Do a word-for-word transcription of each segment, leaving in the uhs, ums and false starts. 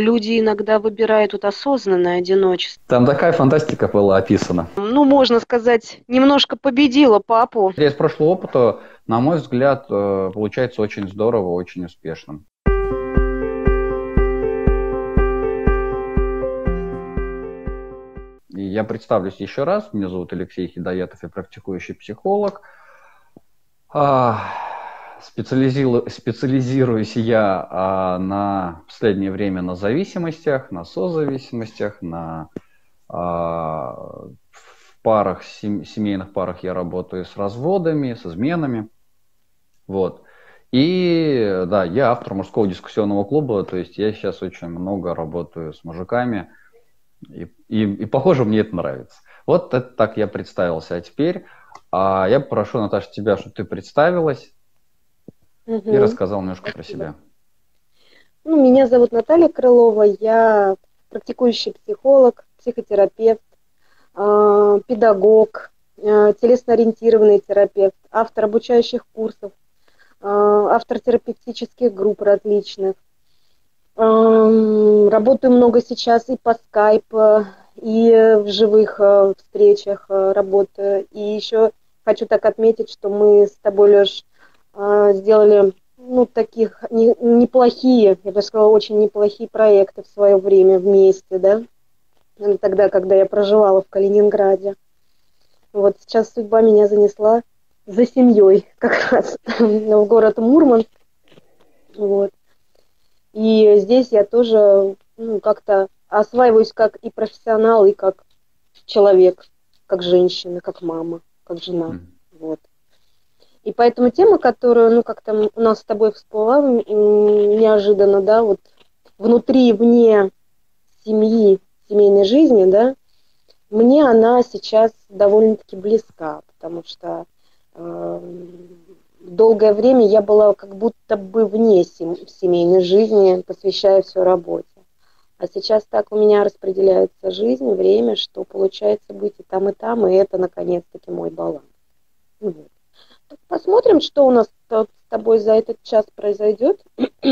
люди иногда выбирают вот осознанное одиночество. Там такая фантастика была описана. Ну, можно сказать, немножко победила папу. Из прошлого опыта, на мой взгляд, э, получается очень здорово, очень успешным. И я представлюсь еще раз. Меня зовут Алексей Хидаятов, я практикующий психолог. А, специализиру- Специализируюсь я а, на последнее время на зависимостях, на созависимостях, на а, в парах, сем- семейных парах я работаю с разводами, с изменами. Вот. И да, я автор мужского дискуссионного клуба, то есть я сейчас очень много работаю с мужиками. И, и, и, похоже, мне это нравится. Вот это так я представился. А теперь а, я попрошу, Наташа, тебя, чтобы ты представилась Угу. и рассказал немножко Спасибо. про себя. Ну, меня зовут Наталья Крылова, я практикующий психолог, психотерапевт, э, педагог, э, телесно-ориентированный терапевт, автор обучающих курсов, э, автор терапевтических групп различных. Эм, Работаю много сейчас и по скайпу, и в живых э, встречах э, работаю. И еще хочу так отметить, что мы с тобой, Леш, э, сделали ну, таких не- неплохие, я бы сказала, очень неплохие проекты в свое время вместе, да, Ну, тогда, когда я проживала в Калининграде. Вот сейчас судьба меня занесла за семьей как раз в город Мурманск. Вот. И здесь я тоже ну, как-то осваиваюсь как и профессионал, и как человек, как женщина, как мама, как жена. Мгм. Вот. И поэтому тема, которая, ну, как-то у нас с тобой всплыла м, неожиданно, да, вот внутри и вне семьи, семейной жизни, да, мне она сейчас довольно-таки близка, потому что э, долгое время я была как будто бы вне сем- семейной жизни, посвящая все работе. А сейчас так у меня распределяется жизнь, время, что получается быть и там, и там, и это, наконец-таки, мой баланс. Ну вот. Так посмотрим, что у нас тут с тобой за этот час произойдет.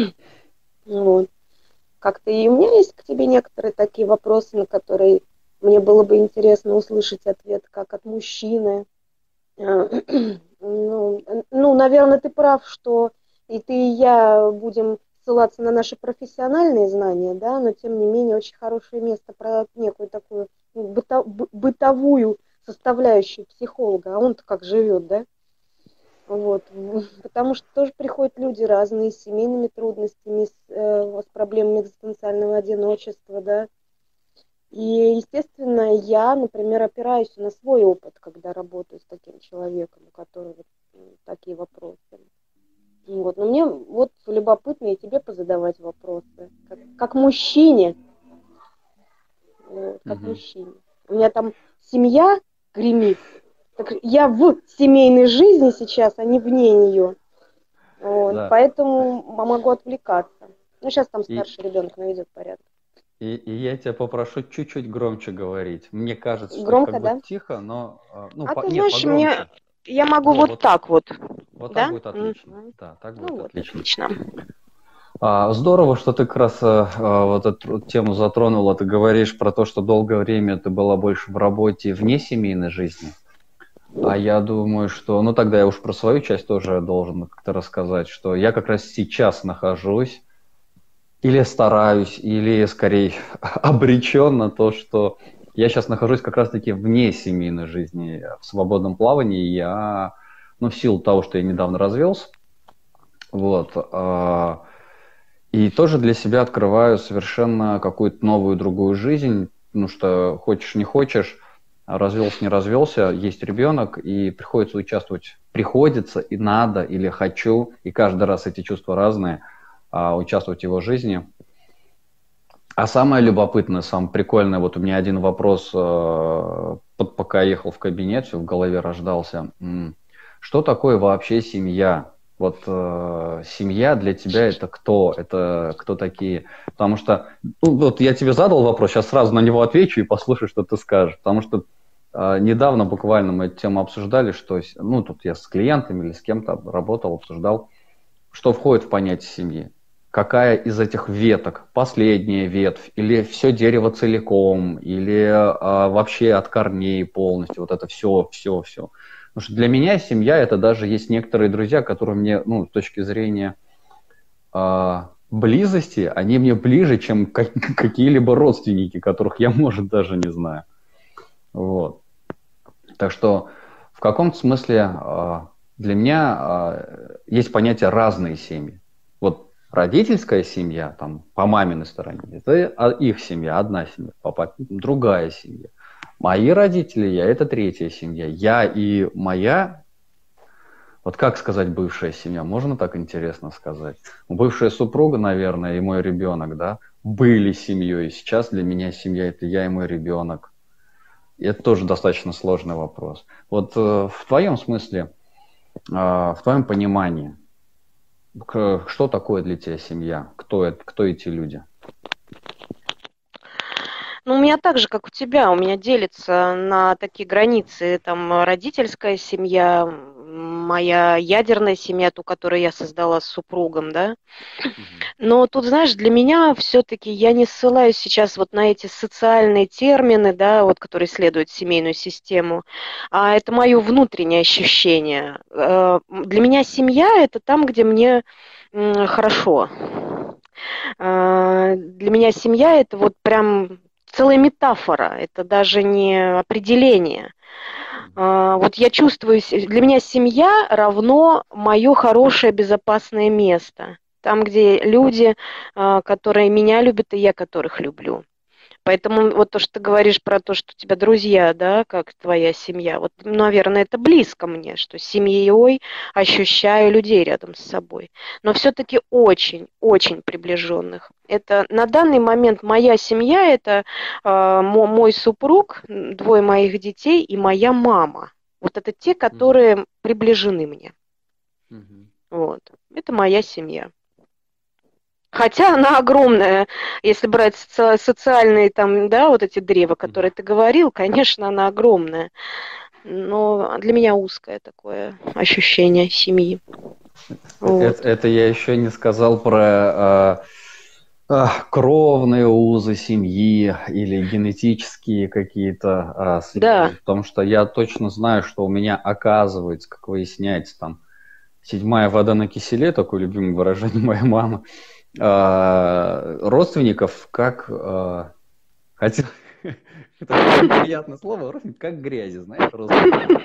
Вот. Как-то и у меня есть к тебе некоторые такие вопросы, на которые мне было бы интересно услышать ответ как от мужчины. Э, Ну, ну, наверное, ты прав, что и ты, и я будем ссылаться на наши профессиональные знания, да, но тем не менее очень хорошее место про некую такую ну, быто- бы- бытовую составляющую психолога, а он-то как живет, да? Вот. Потому что тоже приходят люди разные, с семейными трудностями, с, э, с проблемами экзистенциального одиночества, да. И, естественно, я, например, опираюсь на свой опыт, когда работаю с таким человеком, у которого м, такие вопросы. Вот. Но мне вот любопытно и тебе позадавать вопросы. Как, как мужчине, вот, как Мгм. мужчине. У меня там семья гремит. Так я в семейной жизни сейчас, а не вне нее. Вот, Да. поэтому могу отвлекаться. Ну, сейчас там И, старший ребенок наведет порядок. и, и я тебя попрошу чуть-чуть громче говорить. Мне кажется, что это Громко, как да? будто тихо, но а, ну А по- ты нет, знаешь, мне погромче. я могу Во, вот вот так. так вот, Вот так да? будет отлично. Мгм. Да, так Ну будет вот, отлично. отлично. А, здорово, что ты как раз а, а, вот эту тему затронула. Ты говоришь про то, что долгое время ты была больше в работе вне семейной жизни. А я думаю, что, ну тогда я уж про свою часть тоже должен как-то рассказать, что я как раз сейчас нахожусь или стараюсь, или скорее обречен на то, что я сейчас нахожусь как раз-таки вне семейной жизни, в свободном плавании. Я, ну в силу того, что я недавно развелся, вот, а, и тоже для себя открываю совершенно какую-то новую другую жизнь, потому что хочешь не хочешь, развелся не развелся, есть ребенок, и приходится участвовать, приходится и надо, или хочу, и каждый раз эти чувства разные, а, участвовать в его жизни. А самое любопытное, самое прикольное, вот у меня один вопрос, э, под- пока я ехал в кабинет, всё в голове рождался. М, Что такое вообще семья? Вот э, семья для тебя это кто? Это кто такие? Потому что, ну, вот я тебе задал вопрос, сейчас сразу на него отвечу и послушаю, что ты скажешь. Потому что э, недавно буквально мы эту тему обсуждали, что, с- ну, тут я с клиентами или с кем-то работал, обсуждал, что входит в понятие семьи. какая из этих веток, последняя ветвь, или все дерево целиком, или а, вообще от корней полностью, вот это все, все, все. Потому что для меня семья — это даже есть некоторые друзья, которые мне, ну, с точки зрения а, близости, они мне ближе, чем как, какие-либо родственники, которых я, может, даже не знаю. Вот. Так что в каком-то смысле а, для меня а, есть понятие разные семьи. Вот родительская семья, там, по маминой стороне, это их семья, одна семья, по папе другая семья. Мои родители, я — это третья семья. Я и моя, вот как сказать бывшая семья, можно так интересно сказать? Бывшая супруга, наверное, и мой ребенок, да, были семьей. Сейчас для меня семья — это я и мой ребенок. И это тоже достаточно сложный вопрос. Вот э, в твоем смысле, э, в твоем понимании, к, что такое для тебя семья? Кто это, кто эти люди? Ну, у меня так же, как у тебя, у меня делится на такие границы, там, родительская семья, моя ядерная семья, ту, которую я создала с супругом, да. Но тут, знаешь, для меня все-таки я не ссылаюсь сейчас вот на эти социальные термины, да, вот, которые исследуют семейную систему, а это мое внутреннее ощущение. Э, Для меня семья – это там, где мне м, хорошо. Э, Для меня семья – это вот прям целая метафора, это даже не определение. Э, Вот я чувствую, с- для меня семья равно мое хорошее безопасное место. Там, где люди, э, которые меня любят, и я которых люблю. Поэтому вот то, что ты говоришь про то, что у тебя друзья, да, как твоя семья, вот, наверное, это близко мне, что семьей ощущаю людей рядом с собой. Но все-таки очень, очень приближенных. Это на данный момент моя семья, это э, мо- мой супруг, м, двое моих детей и моя мама. Вот это те, которые приближены мне. Вот. Это моя семья. Хотя она огромная, если брать соци- социальные там, да, вот эти древа, которые ты говорил, конечно, она огромная. Но для меня узкое такое ощущение семьи. Это, Вот. это я еще не сказал про а, а, кровные узы семьи или генетические какие-то а, Да. связи, потому что я точно знаю, что у меня оказывается, как выясняется, там седьмая вода на киселе, такое любимое выражение моей мамы, а, родственников как а, хотел такое неприятное слово, родственник как грязи, знаешь, родственников.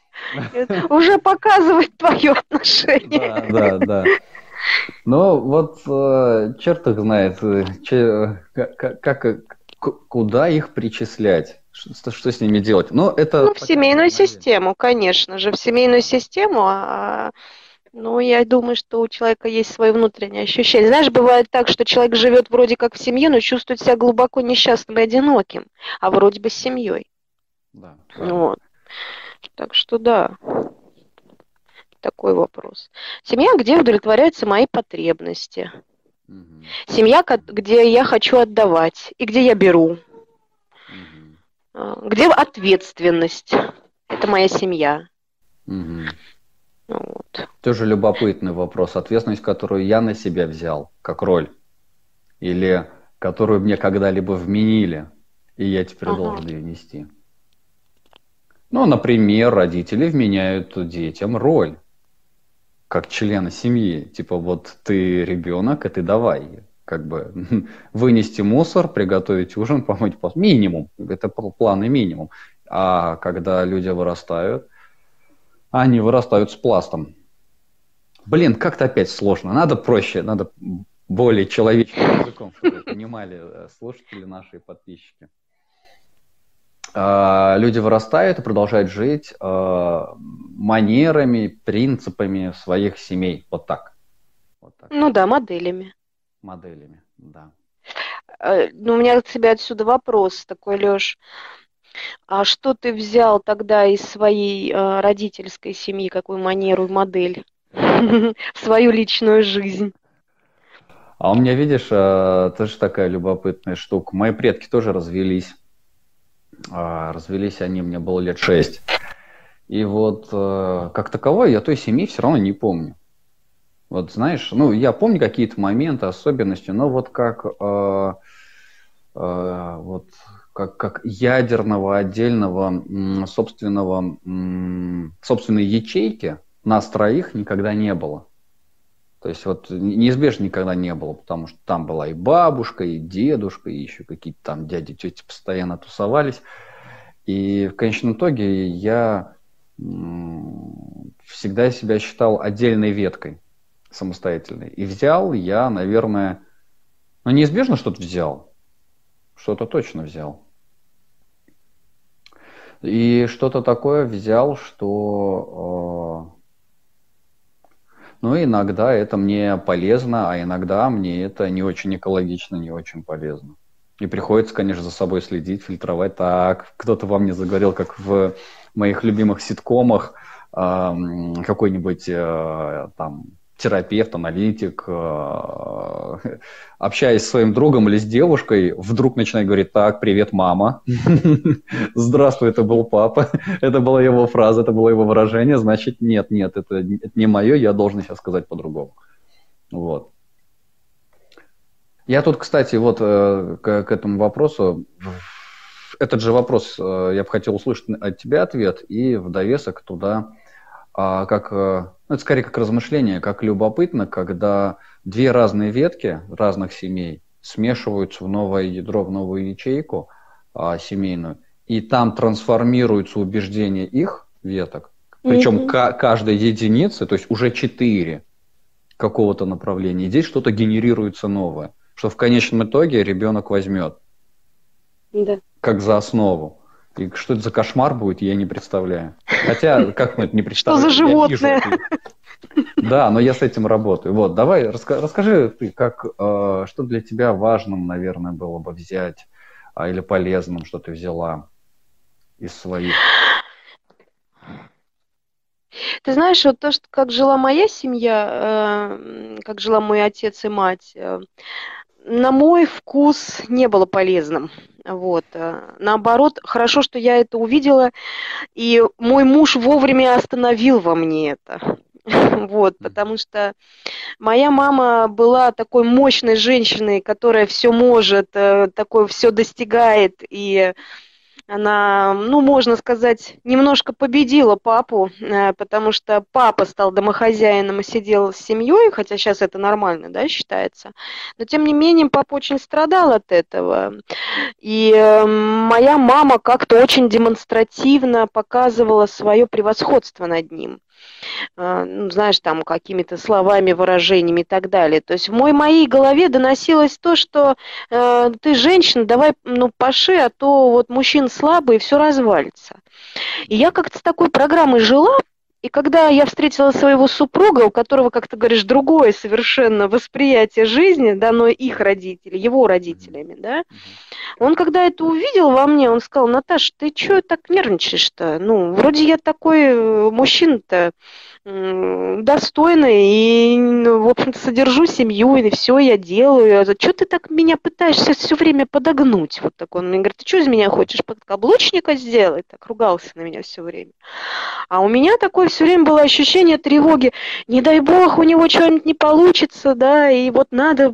Уже показывает твое отношение. Да, да, да. Ну, вот э, черт их знает, э, че- как, как- к- куда их причислять, что, что с ними делать. Но это Ну, в такая семейную модель. систему, конечно же, в семейную Да. систему. А, ну, я думаю, что у человека есть свои внутренние ощущения. Знаешь, бывает так, что человек живет вроде как в семье, но чувствует себя глубоко несчастным и одиноким, а вроде бы с семьей. Да, да. Вот. Так что да, такой вопрос. Семья, где удовлетворяются мои потребности. Мгм. Семья, ко- где я хочу отдавать и где я беру. Мгм. А, Где ответственность. Это моя семья. Мгм. Вот. Тоже любопытный вопрос. Ответственность, которую я на себя взял, как роль, или которую мне когда-либо вменили, и я теперь Ага. должен ее нести. Ну, например, родители вменяют детям роль, как члена семьи. Типа, вот ты ребенок, и ты давай. Как бы вынести мусор, приготовить ужин, помыть пол. Минимум. Это пл- планы минимум. А когда люди вырастают, они вырастают с пластом. Блин, как-то опять сложно. Надо проще, надо более человечным языком, чтобы понимали э, слушатели наши и подписчики. А, люди вырастают и продолжают жить а, манерами, принципами своих семей. Вот так. Вот так. Ну да, моделями. Моделями, да. Э, Ну, у меня к тебе отсюда вопрос такой, Леш. А что ты взял тогда из своей э, родительской семьи, какую манеру и модель в свою личную жизнь? А у меня, видишь, а, тоже такая любопытная штука. Мои предки тоже развелись. А, Развелись они, мне было лет шесть. И вот э, как таковой я той семьи все равно не помню. Вот знаешь, ну, я помню какие-то моменты, особенности, но вот как, э, э, вот, как, как ядерного отдельного м, собственного, м, собственной ячейки нас троих никогда не было. То есть вот неизбежно никогда не было, потому что там была и бабушка, и дедушка, и еще какие-то там дяди, тети постоянно тусовались. И в конечном итоге я м, всегда себя считал отдельной веткой самостоятельной. И взял я, наверное, ну неизбежно что-то взял, что-то точно взял. И что-то такое взял, что, э, ну, иногда это мне полезно, а иногда мне это не очень экологично, не очень полезно. И приходится, конечно, за собой следить, фильтровать. Так, кто-то во мне заговорил, как в моих любимых ситкомах, эм, какой-нибудь э, там терапевт, аналитик, э, общаясь с своим другом или с девушкой, вдруг начинает говорить: так, привет, мама. Здравствуй, это был папа. Это была его фраза, это было его выражение. Значит, нет, нет, это, это не мое, я должен сейчас сказать по-другому. Вот. Я тут, кстати, вот э, к, к этому вопросу, этот же вопрос э, я бы хотел услышать от тебя ответ, и в довесок туда, а, как, э, ну, это скорее как размышление, как любопытно, когда две разные ветки разных семей смешиваются в новое ядро, в новую ячейку а, семейную, и там трансформируются убеждения их веток, причем Мгм. ка- каждой единицы, то есть уже четыре какого-то направления, и здесь что-то генерируется новое, что в конечном итоге ребенок возьмет Да. как за основу. И что это за кошмар будет, я не представляю. Хотя, как мы это не Что за представляем, я вижу животное? это. Да, но я с этим работаю. Вот, давай, раска- расскажи ты, как, э, что для тебя важным, наверное, было бы взять, а, или полезным, что ты взяла из своих. Ты знаешь, вот то, что как жила моя семья, э, как жила мой отец и мать, э, на мой вкус не было полезным. Вот. э, Наоборот, хорошо, что я это увидела, и мой муж вовремя остановил во мне это. Вот, Мгм. потому что моя мама была такой мощной женщиной, которая все может, э, такое все достигает, и она, ну, можно сказать, немножко победила папу, э, потому что папа стал домохозяином и сидел с семьей, хотя сейчас это нормально, да, считается. Но тем не менее папа очень страдал от этого. И э, моя мама как-то очень демонстративно показывала свое превосходство над ним. Э, ну, знаешь, там какими-то словами, выражениями и так далее. То есть в мой, моей голове доносилось то, что э, ты женщина, давай, ну, паши, а то вот мужчина слабый, и все развалится. И я как-то с такой программой жила, и когда я встретила своего супруга, у которого, как ты говоришь, другое совершенно восприятие жизни, дано их родителей, его Мгм. родителями, да, Мгм. он когда это увидел во мне, он сказал: Наташ, ты чё так нервничаешь-то? Ну, вроде я такой э, мужчина-то м, достойный, и, ну, в общем-то, содержу семью, и все я делаю. А чё ты так меня пытаешься все время подогнуть? Вот так он мне говорит: ты что из меня хочешь, подкаблучника сделать? Так ругался на меня все время. А у меня такое все время было ощущение тревоги. Не дай бог, у него что-нибудь не получится, да, и вот надо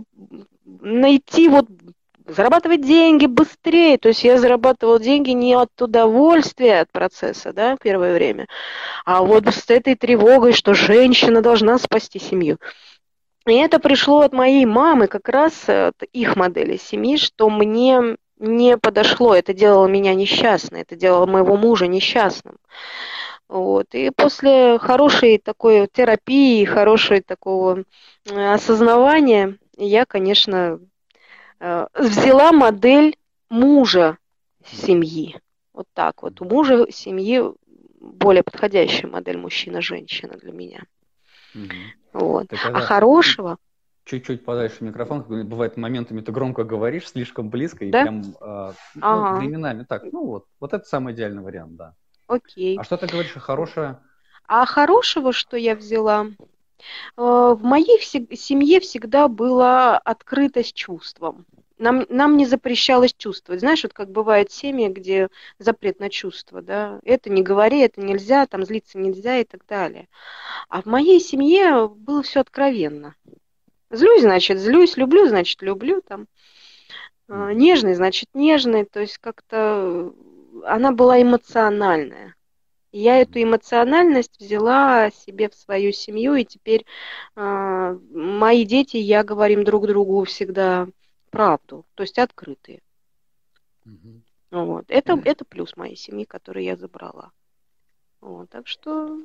найти вот зарабатывать деньги быстрее. То есть я зарабатывала деньги не от удовольствия от процесса, да, первое время, а вот с этой тревогой, что женщина должна спасти семью. И это пришло от моей мамы, как раз от их модели семьи, что мне не подошло. Это делало меня несчастной, это делало моего мужа несчастным. Вот. И после хорошей такой терапии, хорошей такого э, осознавания, я, конечно, э, взяла модель мужа семьи. Вот так вот. У мужа семьи более подходящая модель мужчина-женщина для меня. Мгм. Вот. Ты А когда чуть- хорошего, чуть-чуть подальше микрофон, как бывает моментами ты громко говоришь, слишком близко, и да? прям, а, ну, Ага, временами так, ну вот, вот это самый идеальный вариант, да. окей. А что ты говоришь, хорошее? А хорошего, что я взяла, э, в моей всег- семье всегда была открытость чувствам. Нам, нам не запрещалось чувствовать. Знаешь, вот как бывает семьи, где запрет на чувства, да, это не говори, это нельзя, там злиться нельзя и так далее. А в моей семье было все откровенно. Злюсь, значит, злюсь, люблю, значит, люблю, там, э, Мгм. нежный, значит, нежный, то есть как-то она была эмоциональная. И я эту Мгм. эмоциональность взяла себе в свою семью, и теперь э, мои дети и я говорим друг другу всегда правду, то есть открытые. Мгм. Вот. Это, это плюс моей семьи, который я забрала. Вот. Так что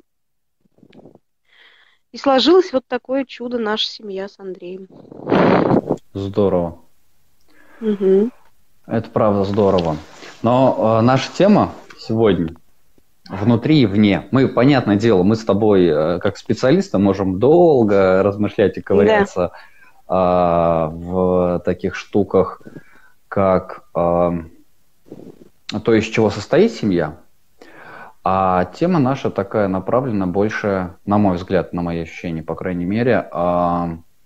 и сложилось вот такое чудо, наша семья с Андреем. Здорово. Мгм. Это правда здорово. Но э, наша тема сегодня внутри и вне. Мы, понятное дело, мы с тобой, э, как специалисты, можем долго размышлять и Да. ковыряться э, в таких штуках, как э, то, из чего состоит семья. А тема наша такая направлена больше, на мой взгляд, на мои ощущения, по крайней мере, э,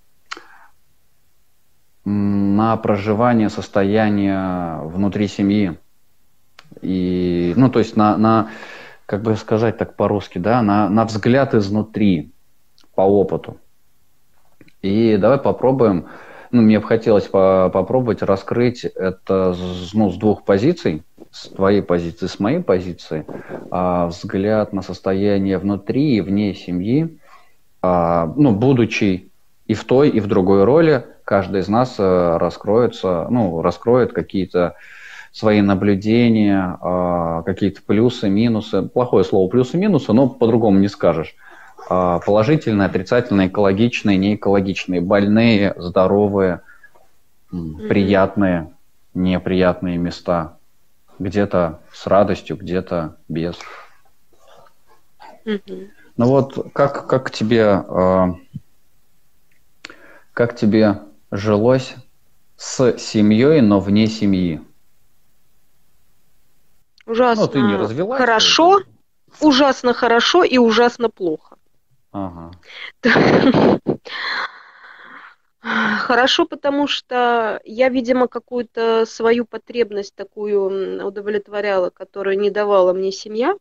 на проживание состояния внутри семьи. И, ну, то есть на, на как бы сказать так по-русски, да, на, на взгляд изнутри, по опыту. И давай попробуем, ну, мне бы хотелось по попробовать раскрыть это с, ну, с двух позиций, с твоей позиции, с моей позиции, а, взгляд на состояние внутри и вне семьи, а, ну, будучи и в той, и в другой роли, каждый из нас а, раскроется, ну, раскроет какие-то свои наблюдения, а, какие-то плюсы, минусы. Плохое слово плюсы, минусы, но по-другому не скажешь. А, положительные, отрицательные, экологичные, неэкологичные, больные, здоровые, Мгм. приятные, неприятные места. Где-то с радостью, где-то без. Мгм. Ну вот как, как тебе, а, как тебе жилось с семьей, но вне семьи? Ну, ты не Ужасно развелась хорошо, уже. ужасно хорошо и ужасно плохо. Ага. Хорошо, потому что я, видимо, какую-то свою потребность такую м, удовлетворяла, которую не давала мне семья.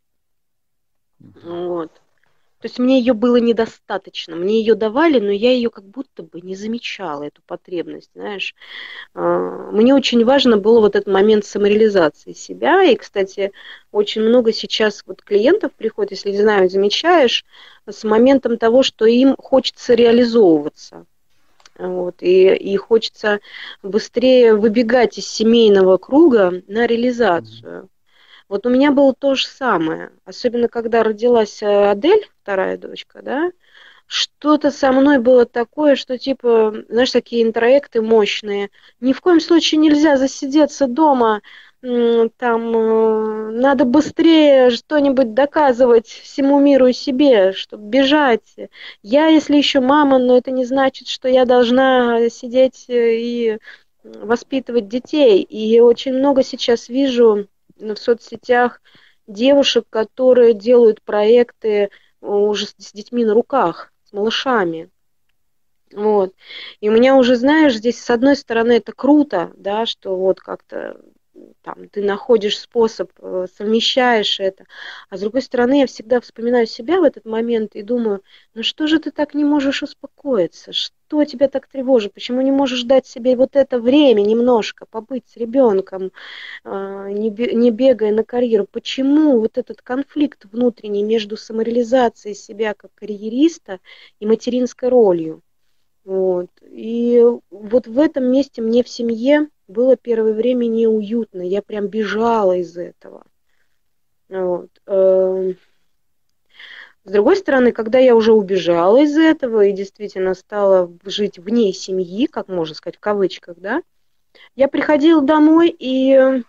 Вот. То есть мне ее было недостаточно. Мне ее давали, но я ее как будто бы не замечала, эту потребность, знаешь. А, Мне очень важно было вот этот момент самореализации себя. И, кстати, очень много сейчас вот клиентов приходит, если не знаю, замечаешь, с моментом того, что им хочется реализовываться. Вот, и, и хочется быстрее выбегать из семейного круга на Мгм. реализацию. Вот у меня было то же самое, особенно когда родилась э, Адель, вторая дочка, да, что-то со мной было такое, что типа, знаешь, такие интроекты мощные. Ни в коем случае нельзя засидеться дома, м, там э, надо быстрее что-нибудь доказывать всему миру и себе, чтобы бежать. Я, если еще мама, но это не значит, что я должна сидеть э, и воспитывать детей. И очень много сейчас вижу в соцсетях девушек, которые делают проекты уже с с детьми на руках, с малышами. Вот. И у меня уже, знаешь, здесь с одной стороны это круто, да, что вот как-то там ты находишь способ, э, совмещаешь это. А с другой стороны, я всегда вспоминаю себя в этот момент и думаю, ну что же ты так не можешь успокоиться? Что тебя так тревожит? Почему не можешь дать себе вот это время немножко побыть с ребенком, а, не бе- не бегая на карьеру? Почему вот этот конфликт внутренний между самореализацией себя как карьериста и материнской ролью? Вот. И вот в этом месте мне в семье было первое время неуютно. Я прям бежала из этого. Вот. Эм, С другой стороны, когда я уже убежала из этого и действительно стала жить вне семьи, как можно сказать, в кавычках, да, я приходила домой, и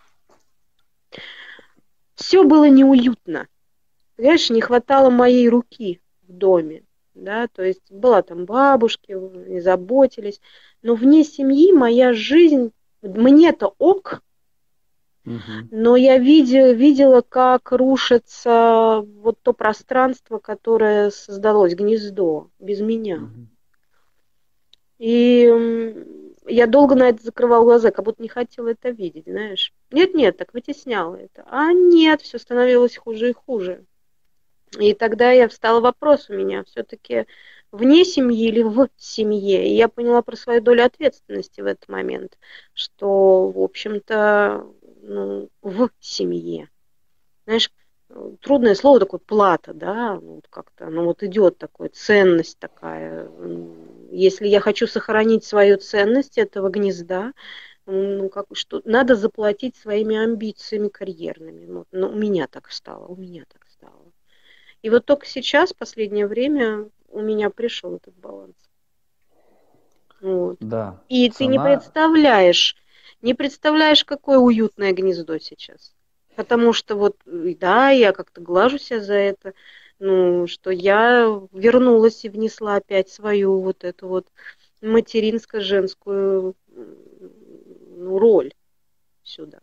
все было неуютно. Понимаешь, не хватало моей руки в доме. Да, то есть была там бабушки, и заботились. Но вне семьи моя жизнь, мне-то ок, Мгм. но я видела, видела, как рушится вот то пространство, которое создалось, гнездо, без меня. Мгм. И я долго на это закрывала глаза, как будто не хотела это видеть, знаешь. Нет-нет, так вытесняла это. А нет, все становилось хуже и хуже. И тогда я встала вопрос у меня все-таки вне семьи или в семье. И я поняла про свою долю ответственности в этот момент, что, в общем-то, ну, в семье. Знаешь, трудное слово такое плата, да, ну, вот как-то, ну вот идет такое, ценность такая. Если я хочу сохранить свою ценность этого гнезда, ну, как, что, надо заплатить своими амбициями карьерными. Ну, ну, у меня так стало, у меня так стало. И вот только сейчас, в последнее время, у меня пришел этот баланс. Вот. Да, И ты не цена. представляешь, не представляешь, какое уютное гнездо сейчас. Потому что вот, да, я как-то глажу себя за это, ну, что я вернулась и внесла опять свою вот эту вот материнско-женскую ну, роль сюда.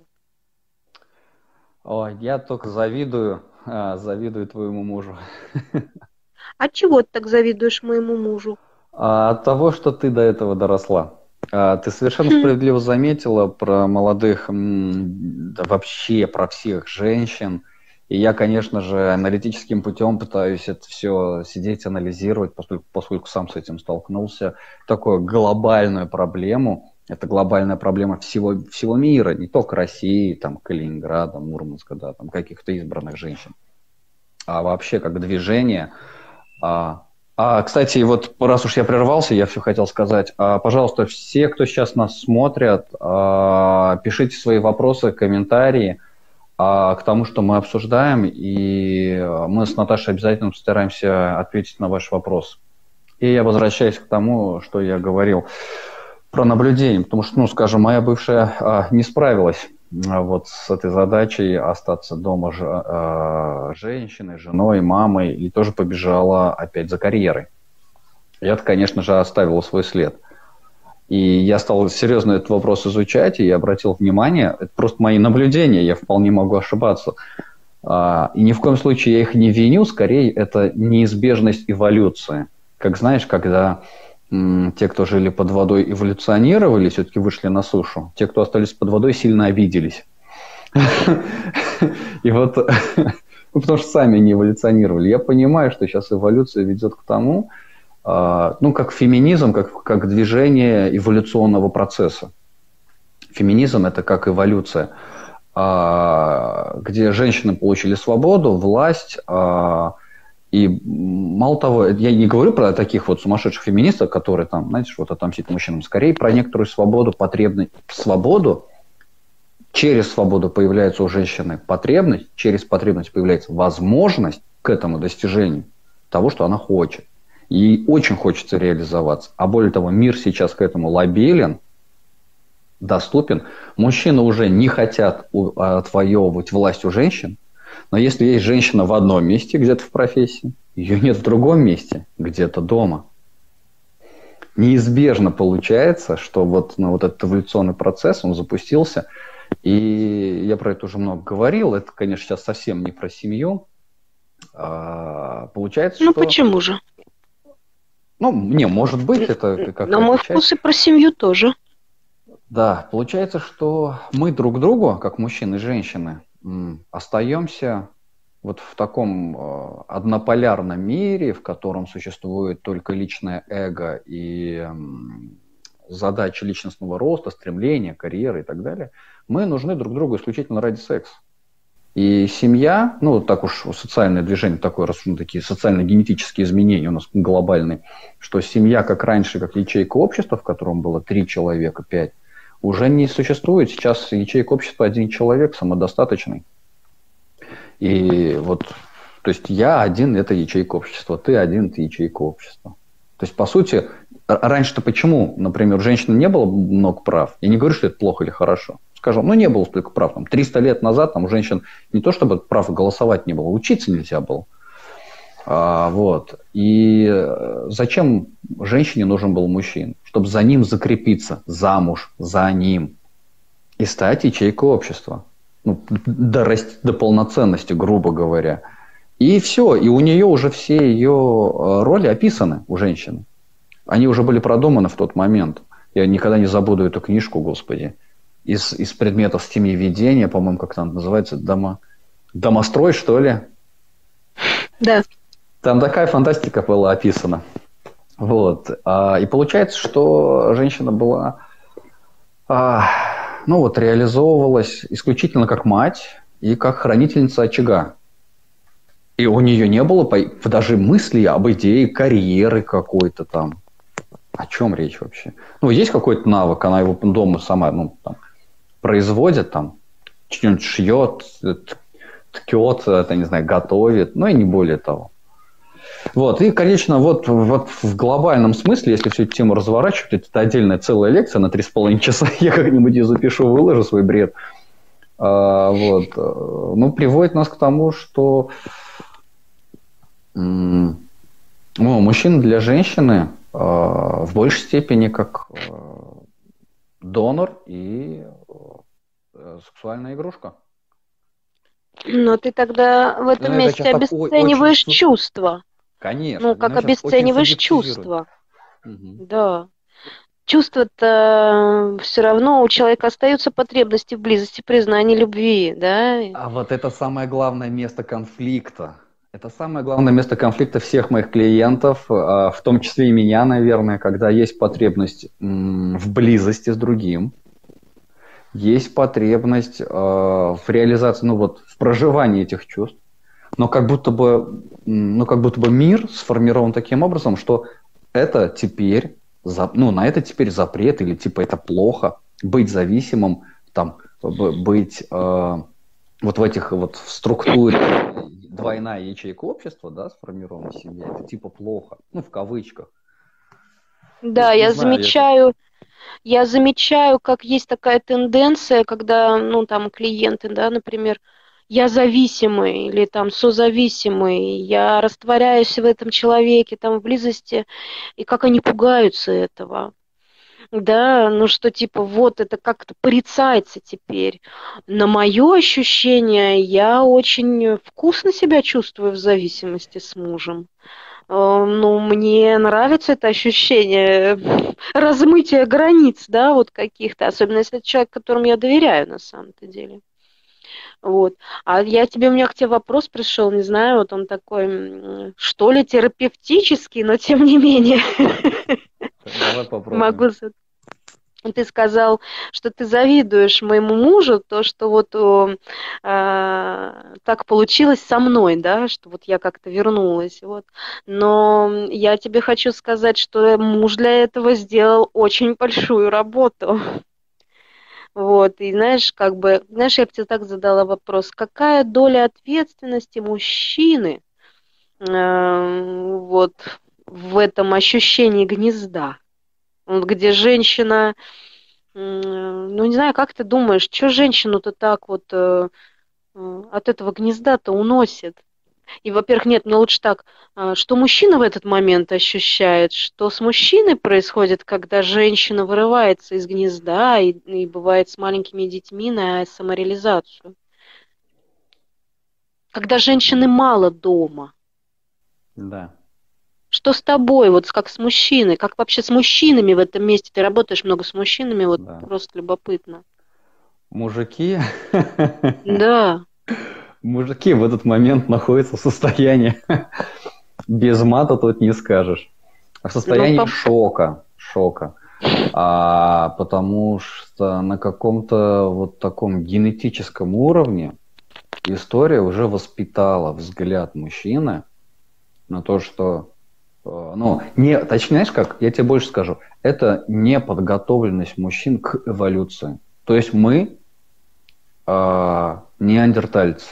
Ой, я только завидую, а, завидую твоему мужу. А чего ты так завидуешь моему мужу? А, От того, что ты до этого доросла. А, Ты совершенно справедливо заметила про молодых, м, да вообще про всех женщин. И я, конечно же, аналитическим путем пытаюсь это все сидеть, анализировать, поскольку, поскольку сам с этим столкнулся. Такую глобальную проблему. Это глобальная проблема всего, всего мира, не только России, там, Калининграда, Мурманска, да, там, каких-то избранных женщин. А вообще как движение. А, а, кстати, вот раз уж я прервался, я все хотел сказать. А, пожалуйста, все, кто сейчас нас смотрят, а, пишите свои вопросы, комментарии а, к тому, что мы обсуждаем, и мы с Наташей обязательно постараемся ответить на ваш вопрос. И я возвращаюсь к тому, что я говорил про наблюдение, потому что, ну, скажем, моя бывшая а, не справилась а, вот с этой задачей остаться дома ж, а, женщиной, женой, мамой, и тоже побежала опять за карьерой. И это, конечно же, оставило свой след. И я стал серьезно этот вопрос изучать, и я обратил внимание, это просто мои наблюдения, я вполне могу ошибаться. А, и ни в коем случае я их не виню, скорее это неизбежность эволюции. Как знаешь, когда те, кто жили под водой, эволюционировали, все-таки вышли на сушу. Те, кто остались под водой, сильно обиделись. И вот, потому что сами не эволюционировали. Я понимаю, что сейчас эволюция ведет к тому, ну, как феминизм, как, как движение эволюционного процесса. Феминизм – это как эволюция, где женщины получили свободу, власть. И мало того, я не говорю про таких вот сумасшедших феминисток, которые там, знаете, вот отомстить мужчинам, скорее про некоторую свободу, потребность, свободу. Через свободу появляется у женщины потребность, через потребность появляется возможность к этому достижению того, что она хочет. Ей очень хочется реализоваться. А более того, мир сейчас к этому лобилен, доступен. Мужчины уже не хотят отвоевывать власть у женщин. Но если есть женщина в одном месте, где-то в профессии, ее нет в другом месте, где-то дома. Неизбежно получается, что вот, ну, вот этот эволюционный процесс, он запустился. И я про это уже много говорил. Это, конечно, сейчас совсем не про семью. А, получается, ну, что... Ну, почему же? Ну, не, может быть, это какая-то На мой вкус и про семью тоже. Да, получается, что мы друг другу, как мужчины и женщины, остаемся вот в таком однополярном мире, в котором существует только личное эго и задачи личностного роста, стремления, карьеры и так далее. Мы нужны друг другу исключительно ради секса. И семья, ну, так уж социальное движение такое, раз уж такие социально-генетические изменения у нас глобальные, что семья, как раньше, как ячейка общества, в котором было три человека, пять, уже не существует. Сейчас ячейка общества один человек, самодостаточный. И вот, то есть я один – это ячейка общества, ты один – это ячейка общества. То есть, по сути, раньше-то почему, например, у женщины не было много прав? Я не говорю, что это плохо или хорошо. Скажем, ну не было столько прав. Там, триста лет назад там, у женщин не то чтобы прав голосовать не было, учиться нельзя было. А, вот. И зачем женщине нужен был мужчина? Чтобы за ним закрепиться, замуж, за ним. И стать ячейкой общества. Ну, дорасти до полноценности, грубо говоря. И все. И у нее уже все ее роли описаны, у женщины. Они уже были продуманы в тот момент. Я никогда не забуду эту книжку, господи. Из, из предметов семьеведения, по-моему, как там называется, дома, домострой, что ли? Да. Там такая фантастика была описана. Вот. А, и получается, что женщина была, а, ну вот, реализовывалась исключительно как мать и как хранительница очага. И у нее не было даже мыслей об идее карьеры какой-то там. О чем речь вообще? Ну, есть какой-то навык, она его дома сама, ну, там, производит, там, что-нибудь шьет, ткет, это, не знаю, готовит, ну и не более того. Вот, и, конечно, вот, вот в глобальном смысле, если всю эту тему разворачивать, это отдельная целая лекция на три с половиной часа, я как-нибудь ее запишу, выложу свой бред. А, вот, ну, приводит нас к тому, что м- ну, мужчина для женщины а, в большей степени как а, донор и а, сексуальная игрушка. Но ты тогда в этом Ну, это месте сейчас так ой, обесцениваешь очень... чувства. Конечно, Ну, как но сейчас очень обесцениваешь субъективирует. чувства. Угу. Да. Чувства-то все равно у человека остаются потребности в близости, признании любви, да? А вот это самое главное место конфликта. Это самое главное место конфликта всех моих клиентов, в том числе и меня, наверное, когда есть потребность в близости с другим, есть потребность в реализации, ну вот, в проживании этих чувств, но как будто бы, ну как будто бы мир сформирован таким образом, что это теперь, ну на это теперь запрет или типа это плохо, быть зависимым, там, быть э, вот в этих вот в структуре двойная ячейка общества, да, сформированной семье, это типа плохо, ну в кавычках. Да, не, не я знаю, замечаю, я... я замечаю, как есть такая тенденция, когда, ну там клиенты, да, например, я зависимый или там созависимый, я растворяюсь в этом человеке, там в близости, и как они пугаются этого. Да, ну что типа вот это как-то порицается теперь. На мое ощущение, я очень вкусно себя чувствую в зависимости с мужем. Э, Ну, мне нравится это ощущение размытия границ, да, вот каких-то, особенно если это человек, которому я доверяю на самом-то деле. Вот. А я тебе, у меня к тебе вопрос пришел, не знаю, вот он такой, м, что ли, терапевтический, но тем не менее. Давай попробуем. Могу за- Ты сказал, что ты завидуешь моему мужу, то, что вот о, а, так получилось со мной, да, что вот я как-то вернулась, вот. Но я тебе хочу сказать, что муж для этого сделал очень большую работу. Вот, и знаешь, как бы, знаешь, я бы тебе так задала вопрос, какая доля ответственности мужчины э, вот в этом ощущении гнезда? Вот где женщина, м, ну не знаю, как ты думаешь, что женщину-то так вот э, э, от этого гнезда-то уносит? И, во-первых, нет, мне лучше так, а, что мужчина в этот момент ощущает, что с мужчиной происходит, когда женщина вырывается из гнезда и, и бывает с маленькими детьми на самореализацию. Когда женщины мало дома. Да. Что с тобой, вот как с мужчиной? Как вообще с мужчинами в этом месте? Ты работаешь много с мужчинами, вот Да. просто любопытно. Мужики, Да. мужики в этот момент находятся в состоянии, без мата тут не скажешь, в состоянии Ну, по- шока, шока. А, потому что на каком-то вот таком генетическом уровне история уже воспитала взгляд мужчины на то, что, э, ну, не, точнее, знаешь как, я тебе больше скажу, это неподготовленность мужчин к эволюции. То есть мы э, неандертальцы.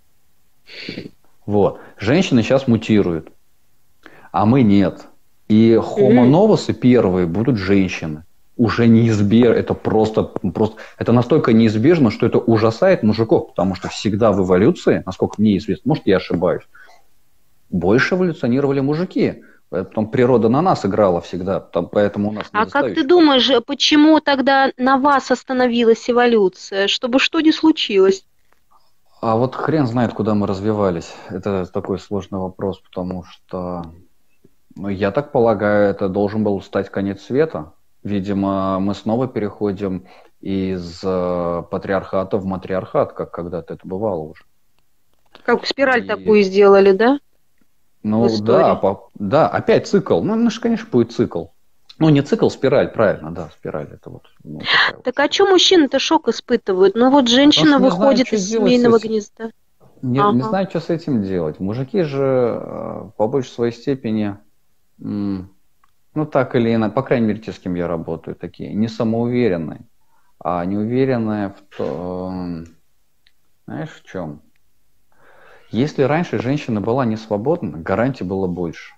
Вот. Женщины сейчас мутируют, а мы нет. И homo novus первые будут женщины. Уже неизбежно, это просто, просто, это настолько неизбежно, что это ужасает мужиков, потому что всегда в эволюции, насколько мне известно, может я ошибаюсь, больше эволюционировали мужики. Потом природа на нас играла всегда, там, поэтому у нас А как ты недостающий. думаешь, почему тогда на вас остановилась эволюция? Чтобы что ни случилось? А вот хрен знает, куда мы развивались. Это такой сложный вопрос, потому что, ну, я так полагаю, это должен был стать конец света. Видимо, мы снова переходим из э, патриархата в матриархат, как когда-то это бывало уже. Как спираль И, такую сделали, да, в ну да, истории? по- да, опять цикл. Ну, ну, ж, конечно, будет цикл. Ну, не цикл, спираль, правильно, да, спираль. Это вот ну, такая вот Так а штука. что мужчины-то шок испытывают? Ну вот Потому женщина что не знают, выходит что из делать с семейного этим. гнезда. Не, не Ага. знают, что с этим делать. Мужики же э, по большей своей степени, м, ну так или иначе, по крайней мере, те, с кем я работаю, такие, не самоуверенные, а неуверенные в том, знаешь, в чем? Если раньше женщина была не свободна, гарантий было больше.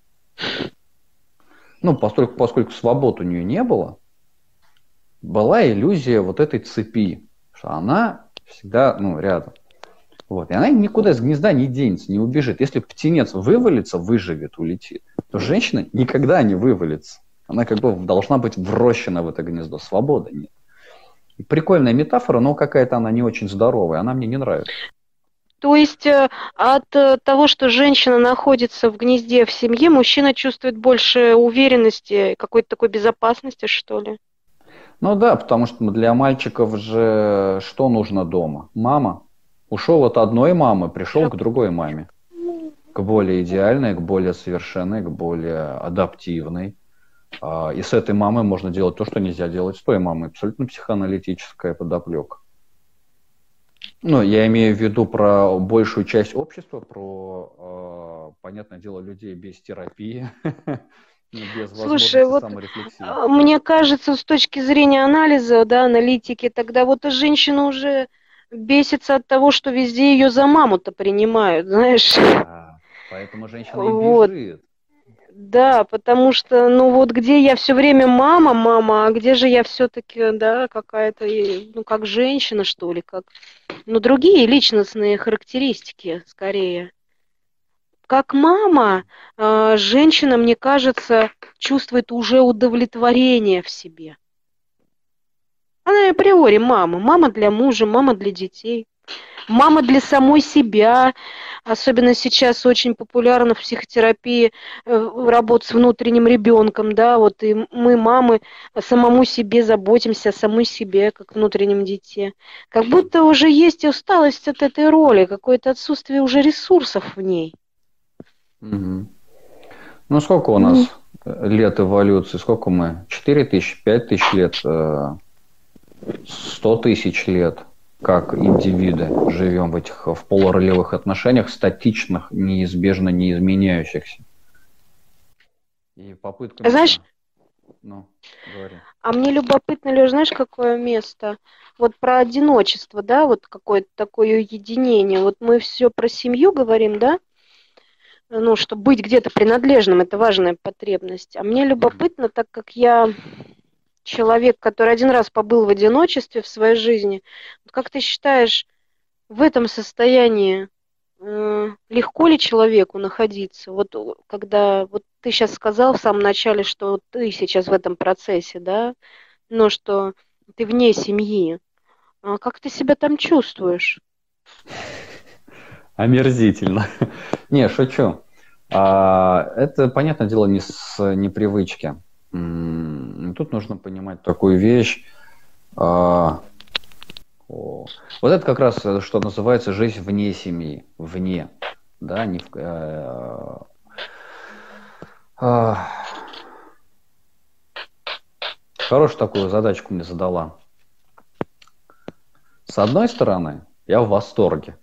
Ну, поскольку, поскольку свобод у нее не было, была иллюзия вот этой цепи, что она всегда, ну, рядом. Вот. И она никуда из гнезда не денется, не убежит. Если птенец вывалится, выживет, улетит, то женщина никогда не вывалится. Она как бы должна быть врощена в это гнездо. Свободы нет. И прикольная метафора, но какая-то она не очень здоровая. Она мне не нравится. То есть э, от э, того, что женщина находится в гнезде в семье, мужчина чувствует больше уверенности, какой-то такой безопасности, что ли? Ну да, потому что для мальчиков же что нужно дома? Мама. Ушел от одной мамы, пришел к другой маме. К более идеальной, к более совершенной, к более адаптивной. А, И с этой мамой можно делать то, что нельзя делать с той мамой. Абсолютно психоаналитическая подоплека. Ну, я имею в виду про большую часть общества, про, э, понятное дело, людей без терапии, без Слушай, возможности вот саморефлексии. э, мне кажется, с точки зрения анализа, да, аналитики, тогда вот и женщина уже бесится от того, что везде ее за маму-то принимают, знаешь. Да, поэтому женщина и Вот. бежит. Да, потому что, ну вот где я все время мама, мама, а где же я все-таки, да, какая-то, и, ну как женщина, что ли, как, ну другие личностные характеристики, скорее. Как мама, э, женщина, мне кажется, чувствует уже удовлетворение в себе. Она априори мама, мама для мужа, мама для детей. Мама для самой себя, особенно сейчас очень популярно в психотерапии э, работа с внутренним ребенком, да, вот и мы, мамы, самому себе заботимся, о самой себе, как внутреннем дите. Как будто уже есть усталость от этой роли, какое-то отсутствие уже ресурсов в ней. Мгм. Ну, сколько у М. нас э, лет эволюции? Сколько мы? Четыре тысячи, пять тысяч лет, э, сто тысяч лет, как индивиды живем в этих в полуролевых отношениях, статичных, неизбежно не изменяющихся. И Знаешь, попытками-то, ну, говори. а мне любопытно, Лёш, знаешь, какое место? Вот про одиночество, да, вот какое-то такое уединение. Вот мы все про семью говорим, да? Ну, чтобы быть где-то принадлежным, это важная потребность. А мне Мгм. любопытно, так как я человек, который один раз побыл в одиночестве в своей жизни, вот как ты считаешь, в этом состоянии э, легко ли человеку находиться? Вот э, когда вот ты сейчас сказал в самом начале, что вот ты сейчас в этом процессе, да, но что ты вне семьи. А как ты себя там чувствуешь? Омерзительно. Не, шучу. А, это, понятное дело, не с непривычки. М, Тут нужно понимать такую вещь. А, о, Вот это как раз, э, что называется, жизнь вне семьи. Вне. Да, не в, э, а, хорошую такую задачку мне задала. С одной стороны, я в восторге.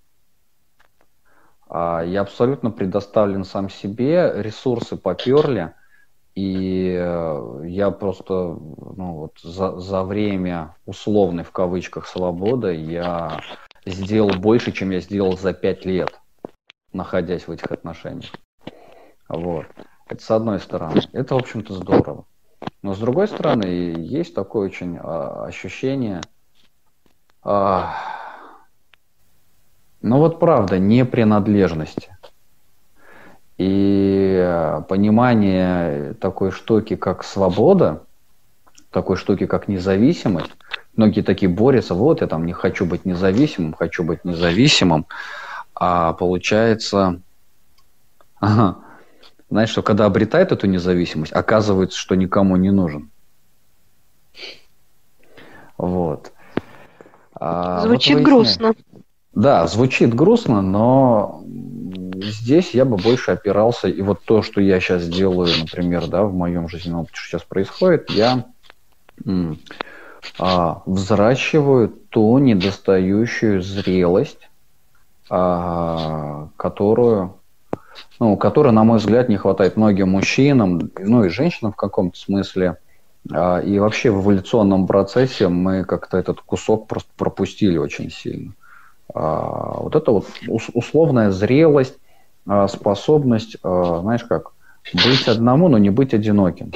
А, Я абсолютно предоставлен сам себе, ресурсы поперли. И э, я просто, ну вот, за, за время условной, в кавычках, свободы я сделал больше, чем я сделал за пять лет, находясь в этих отношениях. Вот. Это с одной стороны. Это, в общем-то, здорово. Но с другой стороны, есть такое очень а, ощущение, а, ну вот правда, непринадлежности. И э, понимание такой штуки, как свобода, такой штуки, как независимость. Многие такие борются, вот я там не хочу быть независимым, хочу быть независимым. А получается, ага, знаешь, что когда обретает эту независимость, оказывается, что никому не нужен. Вот. А, вот Звучит выясняй. грустно. Да, звучит грустно, но здесь я бы больше опирался, и вот то, что я сейчас делаю, например, да, в моем жизненном опыте, что сейчас происходит, я м, а, взращиваю ту недостающую зрелость, а, которую, ну, которой, на мой взгляд, не хватает многим мужчинам, ну и женщинам в каком-то смысле. А, и вообще в эволюционном процессе мы как-то этот кусок просто пропустили очень сильно. А, вот это вот условная зрелость, а, способность, а, знаешь как, быть одному, но не быть одиноким.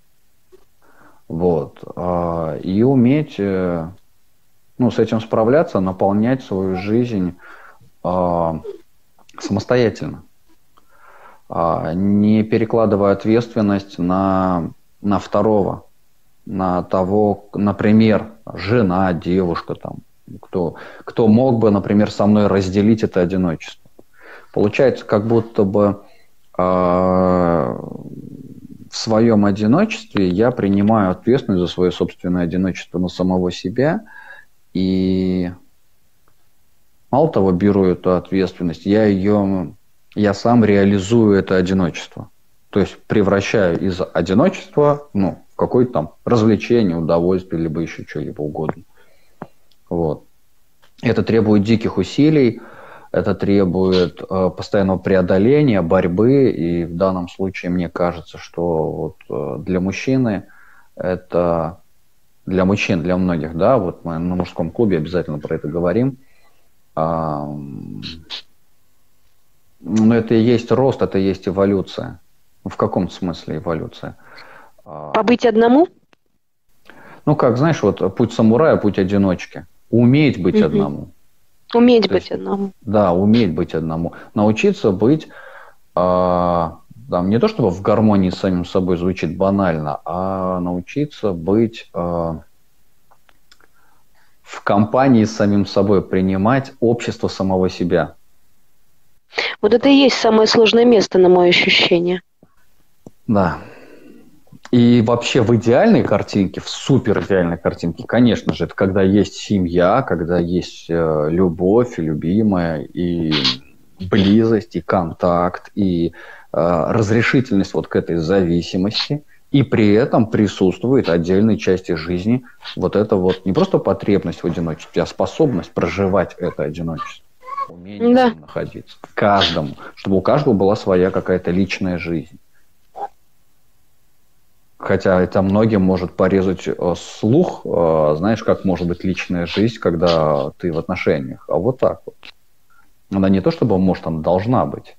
Вот. А, и уметь, э, ну, с этим справляться, наполнять свою жизнь а, самостоятельно, а, не перекладывая ответственность на, на второго, на того, например, жена, девушка, там, кто, кто мог бы, например, со мной разделить это одиночество. Получается, как будто бы э, в своем одиночестве я принимаю ответственность за свое собственное одиночество на самого себя. И мало того, беру эту ответственность, я ее, я сам реализую это одиночество. То есть превращаю из одиночества, ну, в какое-то там развлечение, удовольствие, либо еще что-либо угодно. Вот. Это требует диких усилий, это требует э, постоянного преодоления, борьбы, и в данном случае мне кажется, что вот, э, для мужчины это, для мужчин, для многих, да, вот мы на мужском клубе обязательно про это говорим, э, но это и есть рост, это и есть эволюция. В каком смысле эволюция? Побыть одному? Ну, как, знаешь, вот путь самурая, путь одиночки. Уметь быть угу. одному. Уметь То быть есть, одному. Да, уметь быть одному. Научиться быть, э, там, не то чтобы в гармонии с самим собой звучит банально, а научиться быть э, в компании с самим собой, принимать общество самого себя. Вот это и есть самое сложное место, на мое ощущение. Да. И вообще в идеальной картинке, в супер идеальной картинке, конечно же, это когда есть семья, когда есть э, любовь, и любимая, и близость, и контакт, и э, разрешительность вот к этой зависимости. И при этом присутствует отдельной части жизни вот эта вот не просто потребность в одиночестве, а способность проживать это одиночество. Умение да. находиться. Каждому. Чтобы у каждого была своя какая-то личная жизнь. Хотя это многим может порезать э, слух, э, знаешь, как может быть личная жизнь, когда ты в отношениях. А вот так вот. Она не то чтобы, может, она должна быть.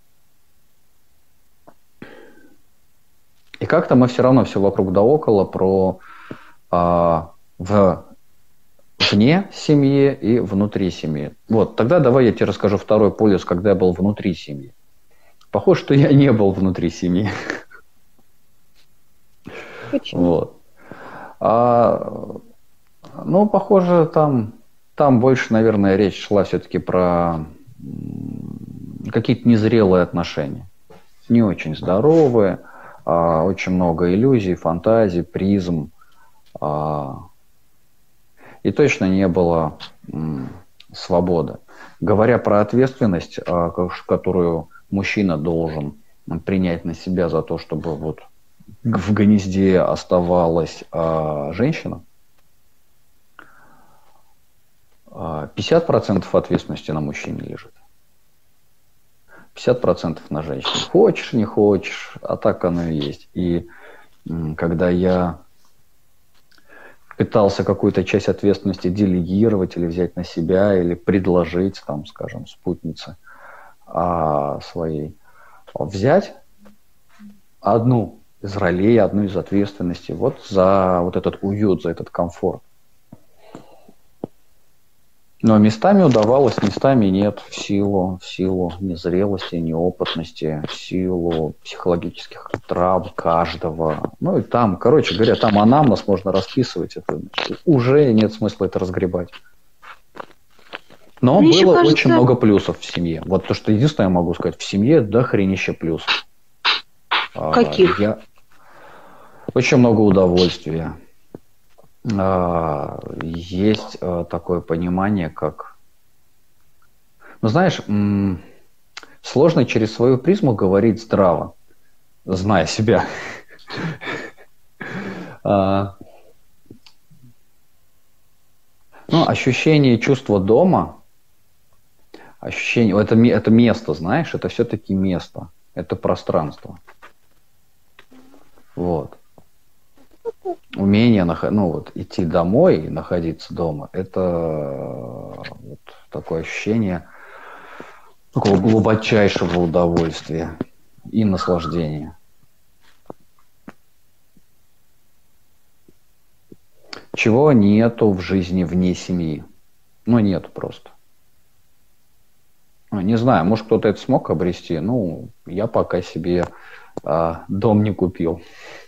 И как-то мы все равно все вокруг да около про э, в, вне семьи и внутри семьи. Вот, тогда давай я тебе расскажу второй полюс, когда я был внутри семьи. Похоже, что я не был внутри семьи. Почему? Вот. А, ну, похоже, там, там больше, наверное, речь шла все-таки про какие-то незрелые отношения. Не очень здоровые, а, очень много иллюзий, фантазий, призм. А, и точно не было м, свободы. Говоря про ответственность, а, которую мужчина должен принять на себя за то, чтобы вот в гнезде оставалась а, женщина, пятьдесят процентов ответственности на мужчине лежит. пятьдесят процентов на женщине. Хочешь, не хочешь, а так оно и есть. И м, когда я пытался какую-то часть ответственности делегировать или взять на себя, или предложить, там, скажем, спутнице а, своей, взять одну из ролей, одну из ответственностей вот за вот этот уют, за этот комфорт. Но местами удавалось, местами нет, в силу, в силу незрелости, неопытности, в силу психологических травм каждого. Ну и там, короче говоря, там анамнез можно расписывать, это уже нет смысла это разгребать. Но Мне было кажется... очень много плюсов в семье. Вот то, что единственное я могу сказать, в семье дохренище плюсов. Каких? Я... Очень много удовольствия. а, есть а, такое понимание, как, ну знаешь, м, сложно через свою призму говорить здраво, зная себя. А, ну, ощущение и чувство дома, ощущение, это, ме- это место, знаешь, это все-таки место, это пространство. Вот. Умение нах- ну, вот, идти домой и находиться дома, это вот такое ощущение такого глубочайшего удовольствия и наслаждения. Чего нету в жизни вне семьи. Ну, нет просто. Ну, не знаю, может, кто-то это смог обрести. Ну, я пока себе а, дом не купил.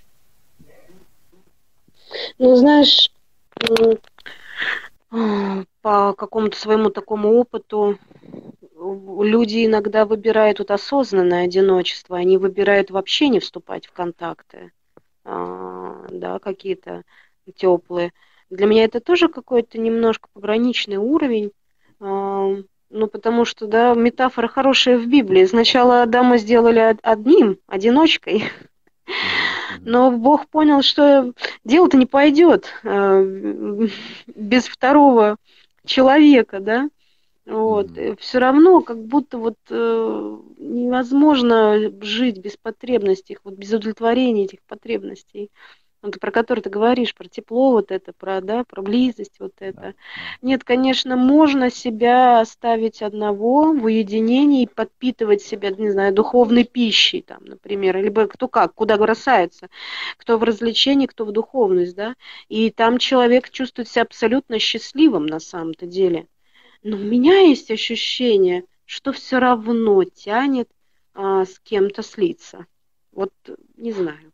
Ну, знаешь, м, а, по какому-то своему такому опыту в- люди иногда выбирают вот осознанное одиночество, они выбирают вообще не вступать в контакты, а, да, какие-то теплые. Для меня это тоже какой-то немножко пограничный уровень, а, ну, потому что, да, метафора хорошая в Библии. Сначала Адама сделали од- одним, одиночкой, Мгм, мгм, но Бог понял, что дело-то не пойдет а, без второго человека, да. Вот. мгм. Все равно как будто вот э, невозможно жить без потребностей, вот без удовлетворения этих потребностей. Вот про которые ты говоришь, про тепло вот это, про, да, про близость вот Да, это. да. Нет, конечно, можно себя оставить одного в уединении и подпитывать себя, не знаю, духовной пищей, там, например, либо кто как, куда бросается, кто в развлечении, кто в духовность, да, и там человек чувствует себя абсолютно счастливым на самом-то деле. Но у меня есть ощущение, что все равно тянет а, с кем-то слиться. Вот не знаю.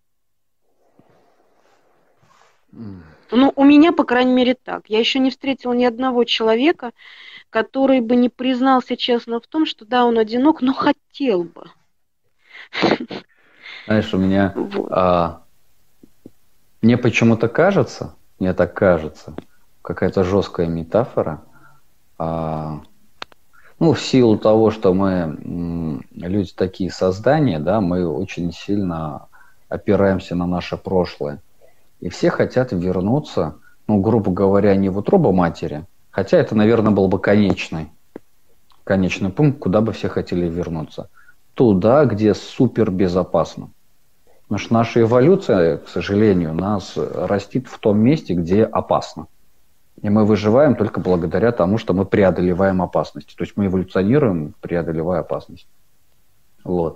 М. Ну, у меня, по крайней мере, так. Я еще не встретила ни одного человека, который бы не признался честно в том, что да, он одинок, но хотел бы. Знаешь, у меня Вот. а, мне почему-то кажется, мне так кажется, какая-то жесткая метафора. а, Ну, в силу того, что мы м, люди такие создания, да, мы очень сильно опираемся на наше прошлое. И все хотят вернуться, ну, грубо говоря, не в утробу матери, хотя это, наверное, был бы конечный, конечный пункт, куда бы все хотели вернуться. Туда, где супер безопасно. Потому что наша эволюция, к сожалению, нас растит в том месте, где опасно. И мы выживаем только благодаря тому, что мы преодолеваем опасности. То есть мы эволюционируем, преодолевая опасность. Вот.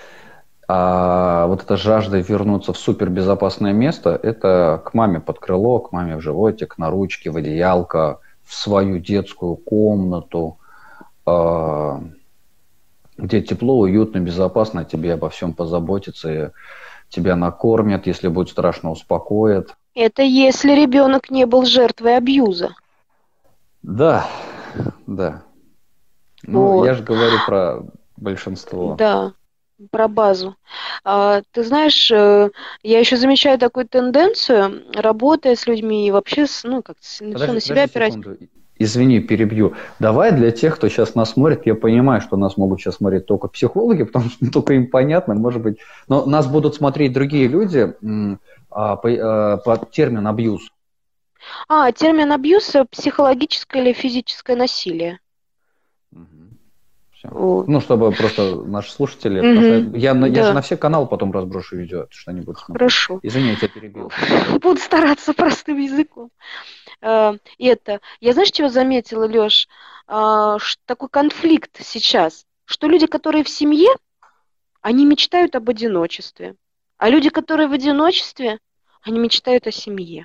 А вот эта жажда вернуться в супербезопасное место, это к маме под крыло, к маме в животик, на ручки, в одеялко, в свою детскую комнату, а, где тепло, уютно, безопасно, тебе обо всем позаботятся, и тебя накормят, если будет страшно, успокоят. Это если ребенок не был жертвой абьюза. Да, да. Ну, Вот. я же говорю про большинство. Да, про базу. А, ты знаешь, э, я еще замечаю такую тенденцию, работая с людьми и вообще, с, ну, как все Подожди, на себя подожди опирать. секунду. Извини, перебью. Давай для тех, кто сейчас нас смотрит, я понимаю, что нас могут сейчас смотреть только психологи, потому что только им понятно, может быть. Но нас будут смотреть другие люди м, а, по, а, по термин абьюз. А, термин абьюз — психологическое или физическое насилие. Мгм. Всё. Вот. Ну, чтобы просто наши слушатели, потому что Мгм. я, на- я же Да, на все каналы потом разброшу видео, что они будут смотреть. хорошо. Извини, я тебя перебил. Буду стараться простым языком. Э, Это, я знаешь, чего заметила, Лёш? А, ш- Такой конфликт сейчас, что люди, которые в семье, они мечтают об одиночестве, а люди, которые в одиночестве, они мечтают о семье.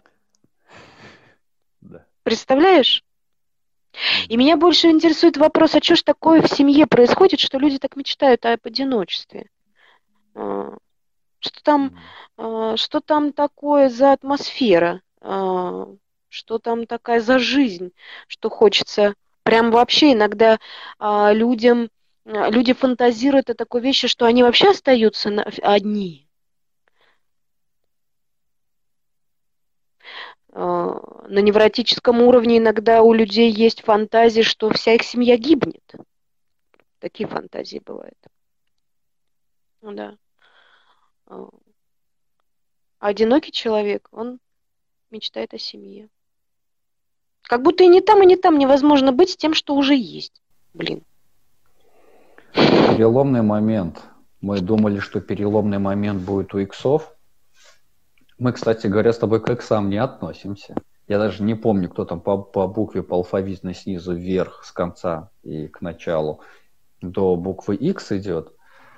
Да. Представляешь? И Мгм. меня больше интересует вопрос, а что ж такое в семье происходит, что люди так мечтают об одиночестве? А, Что там, Мгм. а, что там такое за атмосфера? А, Что там такая за жизнь, что хочется прям вообще иногда а, людям, а, люди фантазируют о такой вещи, что они вообще остаются на- одни. На невротическом уровне иногда у людей есть фантазии, что вся их семья гибнет. Такие фантазии бывают. Да. А одинокий человек, он мечтает о семье. Как будто и не там, и не там невозможно быть с тем, что уже есть. Блин. Переломный момент. Мы думали, что переломный момент будет у иксов. Мы, кстати говоря, с тобой к иксам не относимся. Я даже не помню, кто там по, по букве, по алфавитной снизу вверх, с конца и к началу до буквы X идет.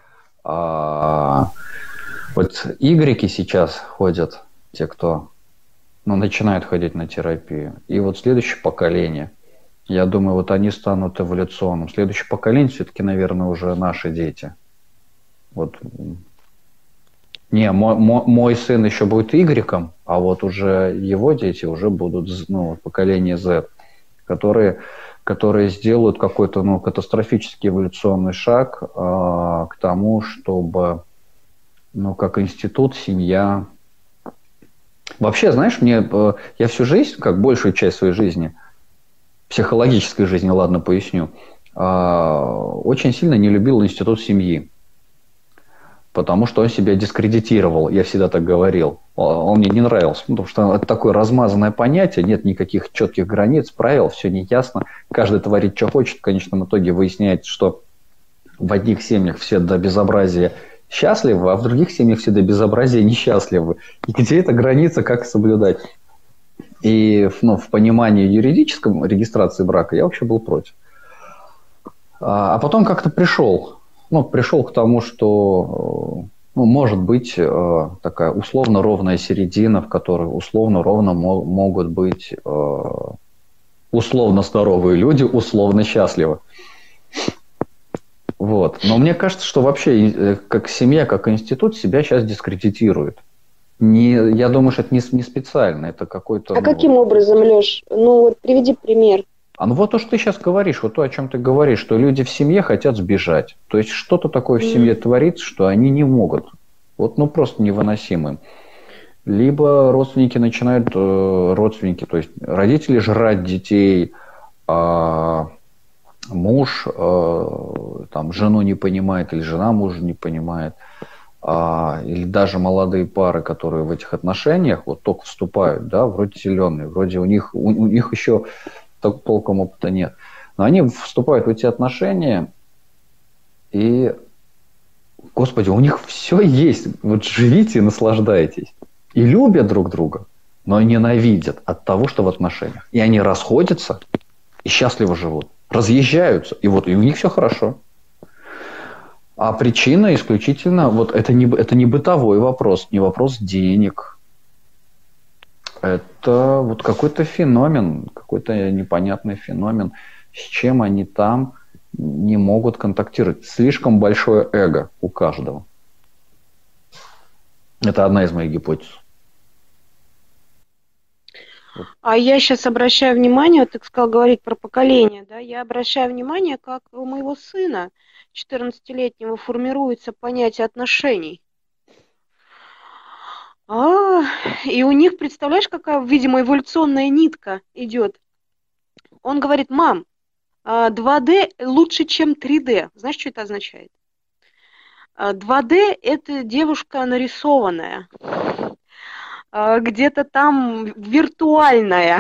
А вот игреки сейчас ходят, те, кто ну, начинают ходить на терапию. И вот следующее поколение, я думаю, вот они станут эволюционным. Следующее поколение все-таки, наверное, уже наши дети. Вот. Не, мой, мой, мой сын еще будет игреком, а вот уже его дети уже будут, ну, поколение Z, которые, которые сделают какой-то, ну, катастрофический эволюционный шаг э, к тому, чтобы, ну, как институт, семья. Вообще, знаешь, мне, э, я всю жизнь, как большую часть своей жизни, психологической жизни, ладно, поясню, э, очень сильно не любил институт семьи. Потому что он себя дискредитировал, я всегда так говорил. Он мне не нравился, потому что это такое размазанное понятие, нет никаких четких границ, правил, все неясно. Каждый творит, что хочет, в конечном итоге выясняется, что в одних семьях все до безобразия счастливы, а в других семьях все до безобразия несчастливы. И где эта граница, как соблюдать? И ну, в понимании юридическом регистрации брака я вообще был против. А потом как-то пришел. Ну, пришел к тому, что ну, может быть э, такая условно ровная середина, в которой условно ровно мо- могут быть э, условно здоровые люди, условно счастливы. Вот. Но мне кажется, что вообще э, как семья, как институт себя сейчас дискредитирует. Не, я думаю, что это не, не специально, это какой-то... А ну, каким вот... образом, Леш? Ну, вот приведи пример. А ну вот то, что ты сейчас говоришь, вот то, о чем ты говоришь, что люди в семье хотят сбежать. То есть что-то такое в семье творится, что они не могут. Вот ну просто невыносимо. Либо родственники начинают, э, родственники, то есть родители жрать детей, а муж э, там, жену не понимает, или жена мужа не понимает. А, или даже молодые пары, которые в этих отношениях вот только вступают, да, вроде зеленые, вроде у них, у, у них еще... толком опыта нет. Но они вступают в эти отношения, и, господи, у них все есть. Вот живите и наслаждайтесь. И любят друг друга, но ненавидят от того, что в отношениях. И они расходятся, и счастливо живут. Разъезжаются, и вот и у них все хорошо. А причина исключительно, вот это не, это не бытовой вопрос, не вопрос денег. Это вот какой-то феномен, какой-то непонятный феномен, с чем они там не могут контактировать. Слишком большое эго у каждого. Это одна из моих гипотез. А я сейчас обращаю внимание, ты сказал говорить про поколение, да, я обращаю внимание, как у моего сына, четырнадцатилетнего, формируется понятие отношений. А, и у них, представляешь, какая, видимо, эволюционная нитка идет. Он говорит: мам, два дэ лучше, чем три дэ. Знаешь, что это означает? два дэ – это девушка нарисованная, где-то там виртуальная.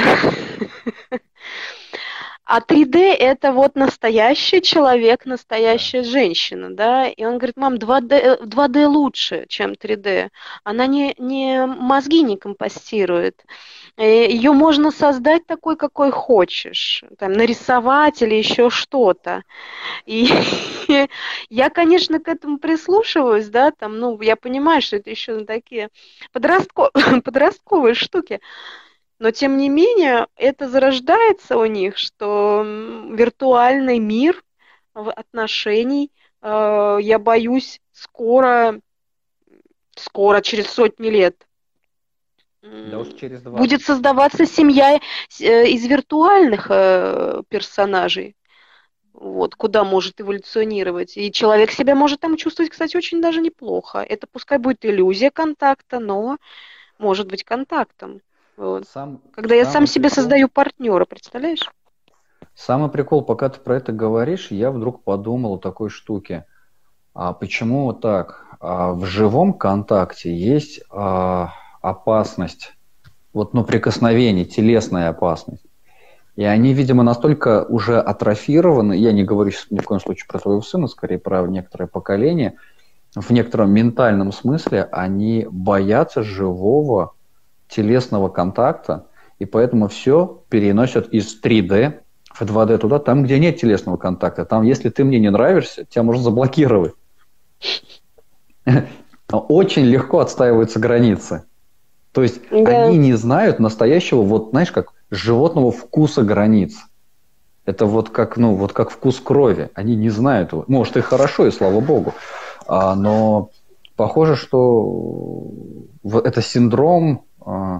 А три дэ – это вот настоящий человек, настоящая да. женщина, да. И он говорит: мам, два дэ, два дэ лучше, чем три дэ. Она не, не мозги не компостирует. Ее можно создать такой, какой хочешь. Там, нарисовать или еще что-то. И я, конечно, к этому прислушиваюсь, да, там, ну, я понимаю, что это еще такие подростко... подростковые штуки. Но, тем не менее, это зарождается у них, что виртуальный мир отношений, э, я боюсь, скоро, скоро, через сотни лет, да уж через двадцать. Будет создаваться семья из виртуальных э, персонажей, вот, куда может эволюционировать. И человек себя может там чувствовать, кстати, очень даже неплохо. Это пускай будет иллюзия контакта, но может быть контактом. Вот. Сам, Когда я сам самый себе прикол, создаю партнера, представляешь? самый прикол, пока ты про это говоришь, я вдруг подумал о такой штуке. А почему вот так? А в живом контакте есть а, опасность, вот, ну, прикосновение, телесная опасность. И они, видимо, настолько уже атрофированы, я не говорю ни в коем случае про твоего сына, скорее про некоторое поколение, в некотором ментальном смысле они боятся живого телесного контакта, и поэтому все переносят из три дэ в два дэ туда, там, где нет телесного контакта. Там, если ты мне не нравишься, тебя можно заблокировать. Очень легко отстаиваются границы. То есть Да. они не знают настоящего, вот знаешь, как животного вкуса границ. Это вот как, ну, вот как вкус крови. Они не знают его. Может, и хорошо, и слава богу. А, но похоже, что это синдром... А,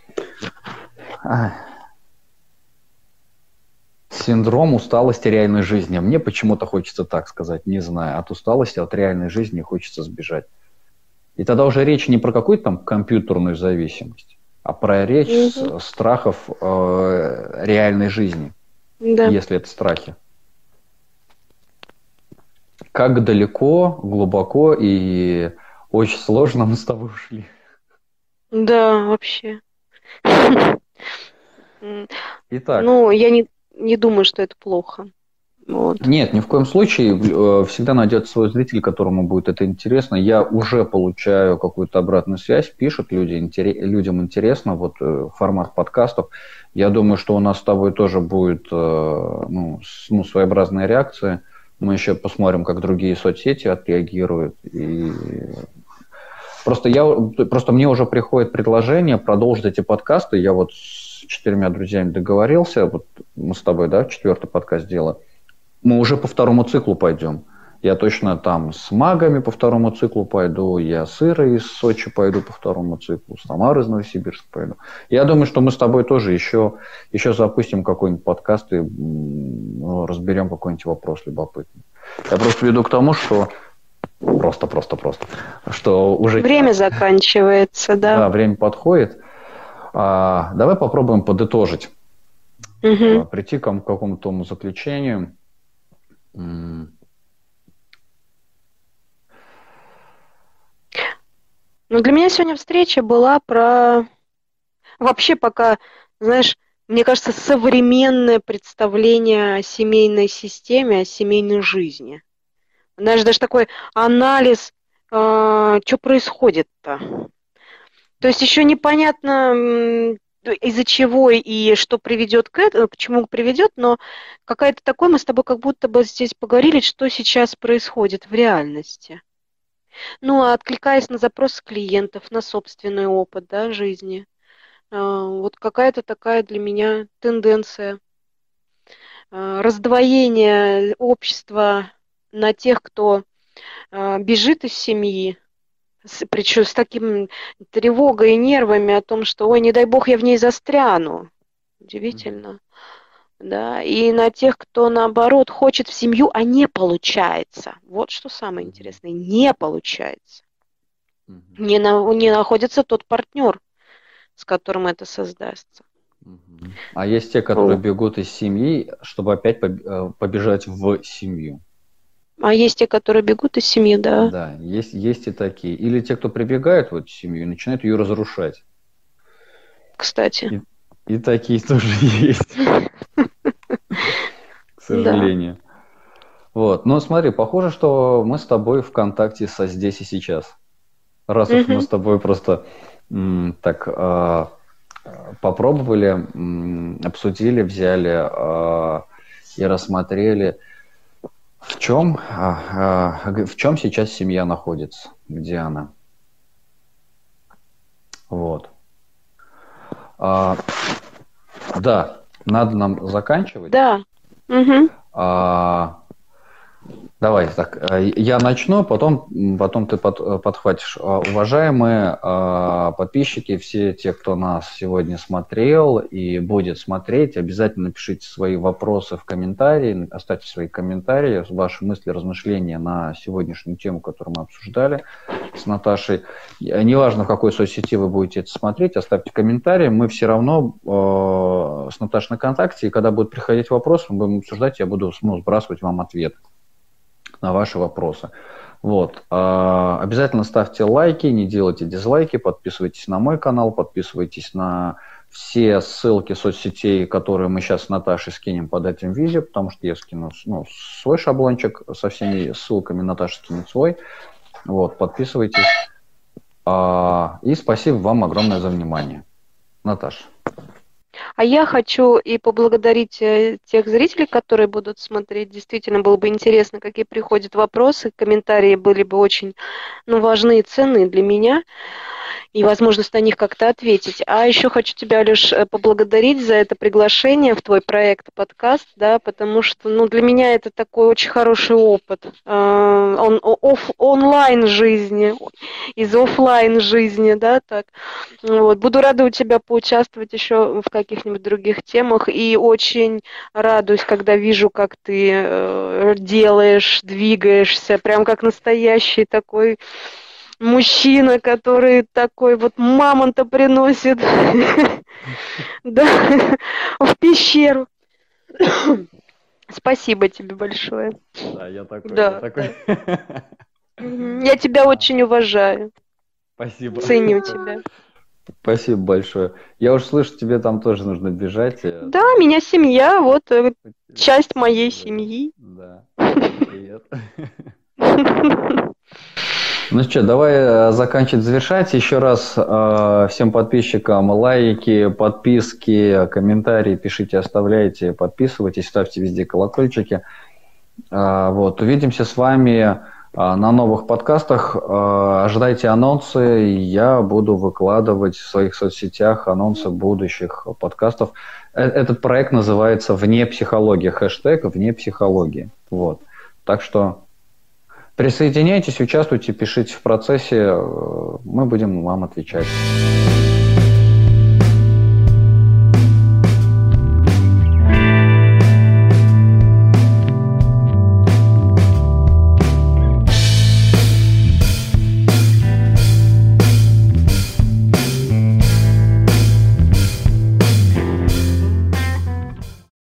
а, синдром усталости реальной жизни. Мне почему-то хочется так сказать, не знаю. От усталости, от реальной жизни хочется сбежать. И тогда уже речь не про какую-то там компьютерную зависимость, а про речь Угу. с, страхов э, реальной жизни, Да. если это страхи. Как далеко, глубоко и очень сложно мы с тобой ушли. Да, вообще. Итак, Ну, я не, не думаю, что это плохо. Вот. нет, ни в коем случае. э, Всегда найдется свой зритель, которому будет это интересно. Я уже получаю какую-то обратную связь, пишут люди, интере- людям интересно вот э, формат подкастов. Я думаю, что у нас с тобой тоже будет э, ну, с- ну, своеобразная реакция. Мы еще посмотрим, как другие соцсети отреагируют. И просто, я, просто мне уже приходит предложение продолжить эти подкасты. Я вот с четырьмя друзьями договорился. Вот мы с тобой, да, четвертый подкаст делаем. Мы уже по второму циклу пойдем. Я точно там с магами по второму циклу пойду, я с Ирой из Сочи пойду по второму циклу, с Тамарой из Новосибирска пойду. Я думаю, что мы с тобой тоже еще, еще запустим какой-нибудь подкаст и ну, разберем какой-нибудь вопрос любопытный. Я просто веду к тому, что просто, просто, просто, что уже... Время заканчивается, да. Да, время подходит. А, давай попробуем подытожить, Угу. а, прийти к какому-то заключению. Ну, для меня сегодня встреча была про... Вообще пока, знаешь, мне кажется, современное представление о семейной системе, о семейной жизни. Знаешь, даже такой анализ, э, что происходит-то. То есть еще непонятно, м, из-за чего и что приведет к этому, к чему приведет, но какая-то такое, мы с тобой как будто бы здесь поговорили, что сейчас происходит в реальности. Ну, а откликаясь на запросы клиентов, на собственный опыт, да, жизни, э, вот какая-то такая для меня тенденция э, раздвоения общества на тех, кто э, бежит из семьи, с, причем с таким тревогой и нервами о том, что, ой, не дай бог, я в ней застряну. Удивительно. Да, и на тех, кто, наоборот, хочет в семью, а не получается. Вот что самое интересное, не получается. Не, на, не находится тот партнер, с которым это создастся. А есть те, которые бегут из семьи, чтобы опять побежать в семью. А есть те, которые бегут из семьи, да. Да, есть, есть и такие. Или те, кто прибегают в эту семью и начинают ее разрушать. Кстати. И, и такие тоже есть. К сожалению. Вот. Но смотри, похоже, что мы с тобой в контакте со здесь и сейчас. Раз уж мы с тобой просто м, так э, попробовали, м, обсудили, взяли э, и рассмотрели, в чем, э, в чем сейчас семья находится, где она. Вот. А, да, надо нам заканчивать. Да. Угу. А, Давай так, я начну, потом, потом ты под, подхватишь. Уважаемые подписчики, все те, кто нас сегодня смотрел и будет смотреть, обязательно пишите свои вопросы в комментарии, оставьте свои комментарии, ваши мысли, размышления на сегодняшнюю тему, которую мы обсуждали с Наташей. Неважно, в какой соцсети вы будете это смотреть, оставьте комментарии, мы все равно э, с Наташей на контакте, и когда будут приходить вопросы, мы будем обсуждать, я буду ну, сбрасывать вам ответ на ваши вопросы. Вот. А, обязательно ставьте лайки, не делайте дизлайки, подписывайтесь на мой канал, подписывайтесь на все ссылки соцсетей, которые мы сейчас с Наташей скинем под этим видео, потому что я скину ну, свой шаблончик со всеми ссылками, Наташа скинет свой. Вот, подписывайтесь. А, и спасибо вам огромное за внимание. Наташа. А я хочу и поблагодарить тех зрителей, которые будут смотреть. Действительно, было бы интересно, какие приходят вопросы. Комментарии были бы очень ну, важны и ценные для меня. И возможность на них как-то ответить. А еще хочу тебя, Леш, поблагодарить за это приглашение в твой проект подкаст, да, потому что ну, для меня это такой очень хороший опыт э, он, оф, онлайн жизни, из офлайн жизни, да, так. Вот. Буду рада у тебя поучаствовать еще в каких-нибудь других темах и очень радуюсь, когда вижу, как ты э, делаешь, двигаешься, прям как настоящий такой мужчина, который такой вот мамонта приносит да, в пещеру. Спасибо тебе большое. Да, я такой. Да, я, такой. Да. Я тебя очень уважаю. Спасибо. Ценю тебя. Спасибо большое. Я уж слышу, тебе там тоже нужно бежать. Да, меня семья, вот часть моей семьи. Да. Привет. Ну что, давай заканчивать, завершать. Еще раз э, всем подписчикам лайки, подписки, комментарии пишите, оставляйте, подписывайтесь, ставьте везде колокольчики. Э, вот, увидимся с вами э, на новых подкастах. Э, ожидайте анонсы, я буду выкладывать в своих соцсетях анонсы будущих подкастов. Э, этот проект называется «Вне психологии», хэштег «Вне психологии». Вот. Так что присоединяйтесь, участвуйте, пишите в процессе, мы будем вам отвечать.